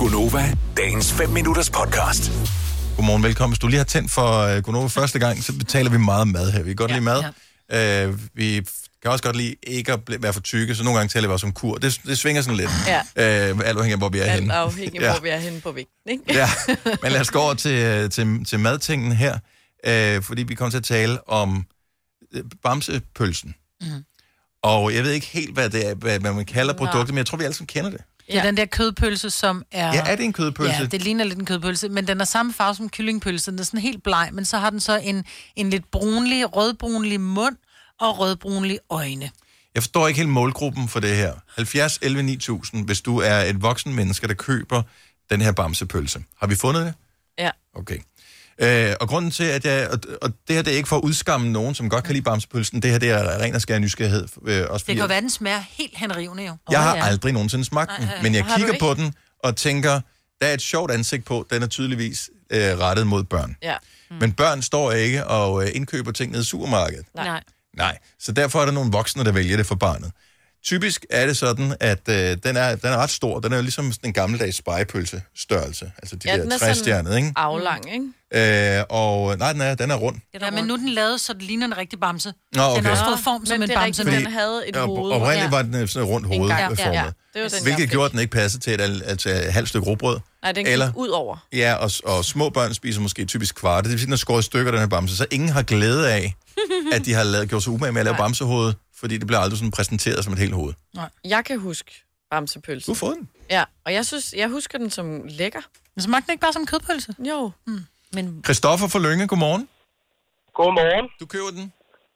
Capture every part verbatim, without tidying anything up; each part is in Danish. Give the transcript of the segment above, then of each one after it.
Gonova, dagens fem minutters podcast. Godmorgen, velkommen. Hvis du lige har tændt for uh, Gonova første gang, så betaler vi meget mad her. Vi kan godt ja, lide mad. Ja. Uh, vi kan også godt lide ikke at være for tykke, så nogle gange taler vi også om kur. Det, det svinger sådan lidt. Ja. Uh, alt afhængig af, hvor vi er alt henne. Alt afhængig af, hvor vi er henne på vægten, ikke? Ja, men lad os gå over til, til, til madtingen her, uh, fordi vi kommer til at tale om uh, bamsepølsen. Mm. Og jeg ved ikke helt, hvad, det er, hvad, hvad man kalder produktet, men jeg tror, vi alle sammen kender det. Det er ja. den der kødpølse, som er... Ja, er det en kødpølse? Ja, det ligner lidt en kødpølse, men den er samme farve som kyllingpølse. Den er sådan helt bleg, men så har den så en, en lidt brunlig, rødbrunlig mund og rødbrunlige øjne. Jeg forstår ikke helt målgruppen for det her. halvfjerds elleve ni tusind, hvis du er et voksen menneske, der køber den her bamsepølse. Har vi fundet det? Ja. Okay. Øh, og grunden til, at jeg... Og, og det her, det er ikke for at udskamme nogen, som godt kan lide bamsepølsen. Det her, det er ren og skær nysgerrighed. Øh, også det kan være, den smager helt henrivende jo. Jeg har oh, ja. aldrig nogensinde smagt den, men jeg kigger på den og tænker, der er et sjovt ansigt på. Den er tydeligvis øh, rettet mod børn. Ja. Mm. Men børn står ikke og øh, indkøber ting nede i supermarkedet. Nej. Nej. Så derfor er der nogle voksne, der vælger det for barnet. Typisk er det sådan, at øh, den, er, den er ret stor. Den er jo ligesom en gammeldags spegepølse størrelse. Altså de ja, der træstjernede, ikke? Aflang, ikke? Øh, og nej, den er, den er rund. Ja, men nu er den lavet, så det ligner en rigtig bamse. Nå, okay. Den har også fået form som en bamse. Men den havde et hoved. Og oprindeligt var den sådan et rundt hovedformet. Ja, ja, ja. Det var den, hvilket gjorde, at den ikke passede til et, altså, et halvt stykke rugbrød. Nej, den gik eller, ud over. Ja, og, og små børn spiser måske typisk kvarte. Det vil sige, den er skåret i stykker, den her bamse. Så ingen har glæde af, at de har lavet, gjort sig umage med at lave bamsehoved, fordi det bliver aldrig sådan præsenteret som et helt hoved. Nej. Jeg kan huske bamsepølse. Du har fået den? Ja, og jeg synes, jeg husker den som lækker. Men smagte den ikke bare som kødpølse? Jo. Hmm. Men... Christoffer fra Lynge, godmorgen. Godmorgen. Du køber den?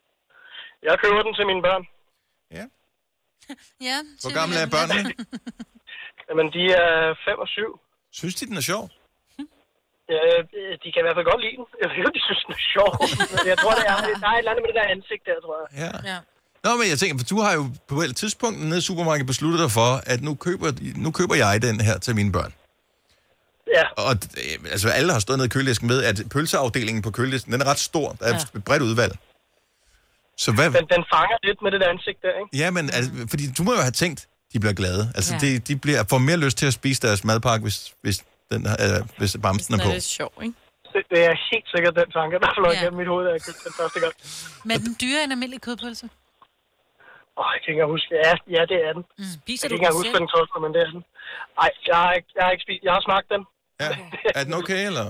Jeg køber den til mine børn. Ja. Ja. Hvor gamle er børnene? Jamen, de er fem og syv. Synes de, den er sjov? Ja, de kan i hvert fald godt lide den. Jeg ved ikke, de synes, den er sjov. Jeg tror, det er, der er et eller andet med det der ansigt der, tror jeg. Ja. ja. Nå, men jeg tænker, for du har jo på et tidspunkt nede i supermarkedet besluttet dig for, at nu køber, nu køber jeg den her til mine børn. Ja. Og altså, alle har stået nede i køledisken med, at pølseafdelingen på køledisken, den er ret stor. Der er ja. et bredt udvalg. Så hvad... Den, den fanger lidt med det der ansigt der, ikke? Ja, men altså, fordi du må jo have tænkt, de bliver glade. Altså, ja. de, de bliver, får mere lyst til at spise deres madpakke, hvis, hvis, den, øh, hvis bamsen er på. Det er sjov, ikke? Det, det er helt sikkert den tanke, der fløj gennem mit hoved, da jeg købte den første gang. Men den dyre en almindelig kødpølse? Åh, oh, jeg kan ikke huske. Ja, ja, det er den. Mm. Spiser jeg kan du ikke huske, hvad den koster, men det er den. Nej, jeg har ikke, jeg har ikke spist. Jeg har smagt den. Ja. Er den okay, eller?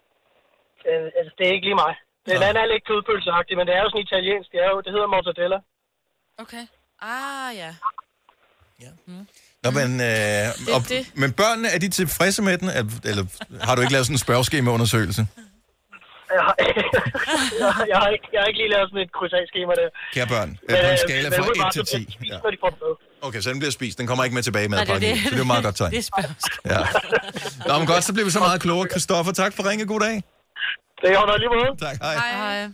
Øh, altså, det er ikke lige mig. Den anden er lidt kødpølseagtig, men det er jo sådan italiensk. Det, er jo, det hedder mortadella. Okay. Ah, ja. Ja. Mm. Nå, men, øh, det, og, det. men børnene, er de tilfredse med den? Eller har du ikke lavet sådan en spørgeskemaundersøgelse? Jeg har, jeg, har, jeg, har ikke, jeg har ikke lige lavet sådan et kryds-af-skema der. Kære børn, men, på en skala fra et til ti. Ja. Okay, så den bliver spist. Den kommer ikke med tilbage i madpakken. Så det er meget godt tegn. Det er spørgeskema. Ja. Nå, men godt, så bliver vi så meget klogere. Christoffer, tak for ringe. God dag. Det er jo lige måde. Tak, hej. Hej. Hej.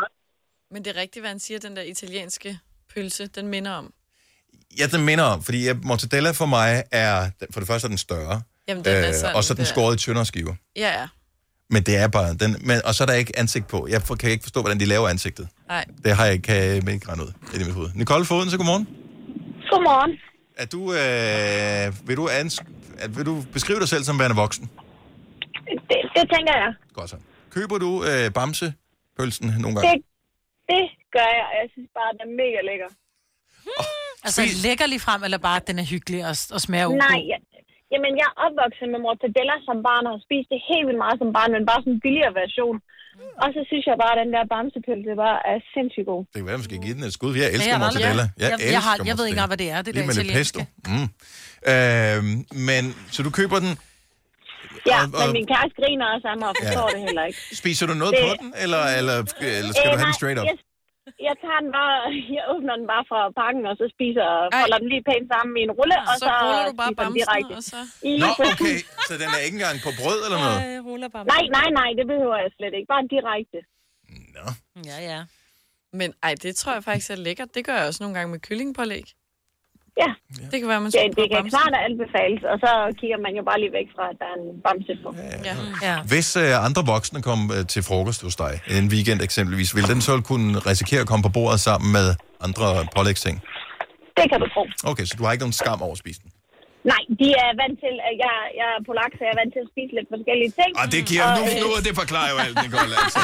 Men det er rigtigt, hvad han siger, den der italienske pølse, den minder om. Ja, den minder om, fordi mortadella for mig er, for det første er den større. Jamen, den er sådan, og så er den skåret i tyndere skiver. Ja, ja. Men det er bare, den, men, og så er der ikke ansigt på. Jeg kan ikke forstå, hvordan de laver ansigtet. Nej. Det har jeg ikke, kan jeg ikke regne ud i mit hoved. Nicole Foden, så godmorgen. Godmorgen. Er du, øh, vil, du ans- vil du beskrive dig selv som værende voksen? Det, det tænker jeg. Godt så. Køber du øh, bamsepølsen nogle gange? Det, det gør jeg, og jeg synes bare, at den er mega lækker. Oh, altså lækker lige frem, eller bare, at den er hyggelig og, og smager ok? Nej, ja. Jamen jeg er opvokset med mortadella som barn, og har spist det helt vildt meget som barn, men bare sådan en billigere version. Mm. Og så synes jeg bare, at den der bamsepølse bare er sindssygt god. Det kan være, man skal give den et skud. Jeg elsker ja, mortadella. Jeg, jeg, jeg, har, jeg ved ikke engang, hvad det er. Det lige der med italienske. Lidt pesto. Mm. Øh, men, så du køber den... Ja, og, og, men min kæreste griner også af mig og forstår ja. det heller ikke. Spiser du noget det, på den, eller, eller, eller skal øh, du have den straight up? Jeg, jeg tager den bare, jeg åbner den bare fra pakken, og så spiser og folder den lige pænt sammen i en rulle, ja, og så, så ruller du bare bamsen, direkte. Og så... Nå, okay, så den er ikke engang på brød eller noget? Ja, ruller bare nej, nej, nej, det behøver jeg slet ikke, bare direkte. Nå. Ja, ja. Men ej, det tror jeg faktisk er lækkert. Det gør jeg også nogle gange med kyllingpålæg. Ja. Det kan være, man ja, det kan klart anbefales, og så kigger man jo bare lige væk fra, at der er en bamse på. Ja, ja. Ja. Hvis øh, andre voksne kom øh, til frokost hos dig, en weekend eksempelvis, vil den så kunne risikere at komme på bordet sammen med andre pålægsting? Det kan du tro. Okay, så du har ikke nogen skam over at spise den? Nej, de er vant til, at jeg, jeg er polak, så jeg er vant til at spise lidt forskellige ting. Og det giver og, nu, øh, nu, og det forklarer jo alt, Nicole, altså.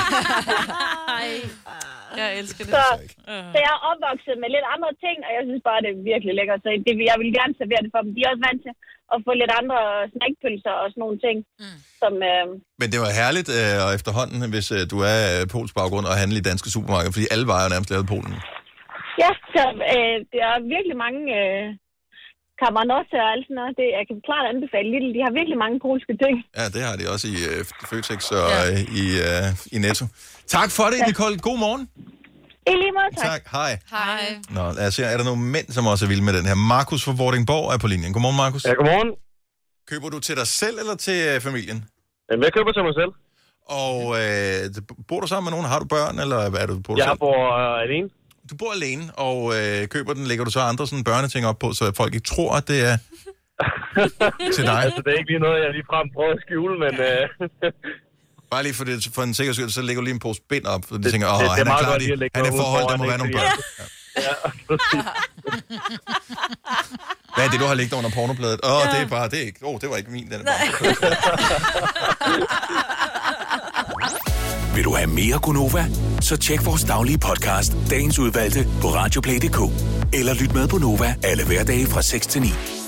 Jeg elsker det. Så, så jeg er opvokset med lidt andre ting, og jeg synes bare, det er virkelig lækkert. Så det, jeg vil gerne servere det for dem. De er også vant til at få lidt andre snackpølser og sådan nogle ting. Mm. Som, øh... Men det var herligt øh, og efterhånden, hvis øh, du er øh, polsk baggrund og handler i danske supermarkeder, fordi alle varer er nærmest lavet i Polen. Ja, så øh, der er virkelig mange øh, kammernotter og alt sådan noget. Det, jeg kan klart anbefale Lidl. De har virkelig mange polske ting. Ja, det har de også i øh, Føtex og ja. øh, i, øh, i Netto. Tak for det, ja. Nicole. God morgen. I lige måde, tak. Tak. Hej. Hej. Nå, lad os se, er der nogle mænd, som også er vilde med den her? Markus fra Vordingborg er på linjen. Godmorgen, Markus. Ja, godmorgen. Køber du til dig selv eller til øh, familien? Jamen, jeg køber til mig selv. Og øh, bor du sammen med nogen? Har du børn, eller hvad er du? Bor du jeg selv? bor øh, alene. Du bor alene, og øh, køber den, lægger du så andre sådan børneting op på, så folk ikke tror, at det er til dig? Altså, det er ikke lige noget, jeg ligefrem prøver at skjule, men... Øh... Bare lige for, det, for en sikker skyld, så lægger du lige en pose bind op, for de tænker, åh, det, det han er klar, godt, han er forhold, der må være nogle børn. Ja. Ja, Hvad er det, du har liggende under pornobladet? Åh, oh, ja. det er bare, det er ikke, åh, oh, det var ikke min, den er bare. Vil du have mere Gunova? Så tjek vores daglige podcast, dagens udvalgte, på radioplay punktum d k. Eller lyt med på Nova alle hverdage fra seks til ni.